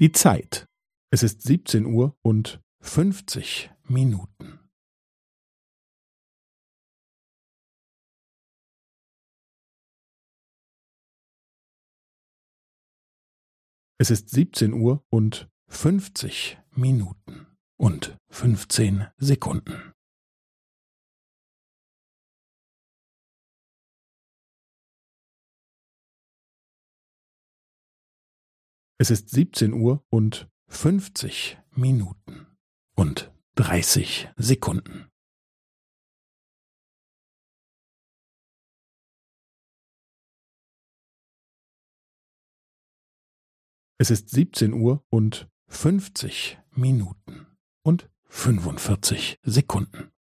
Die Zeit. Es ist 17:50. Es ist 17:50 und 15 Sekunden. Es ist 17:50 und 30 Sekunden. Es ist 17:50 und 45 Sekunden.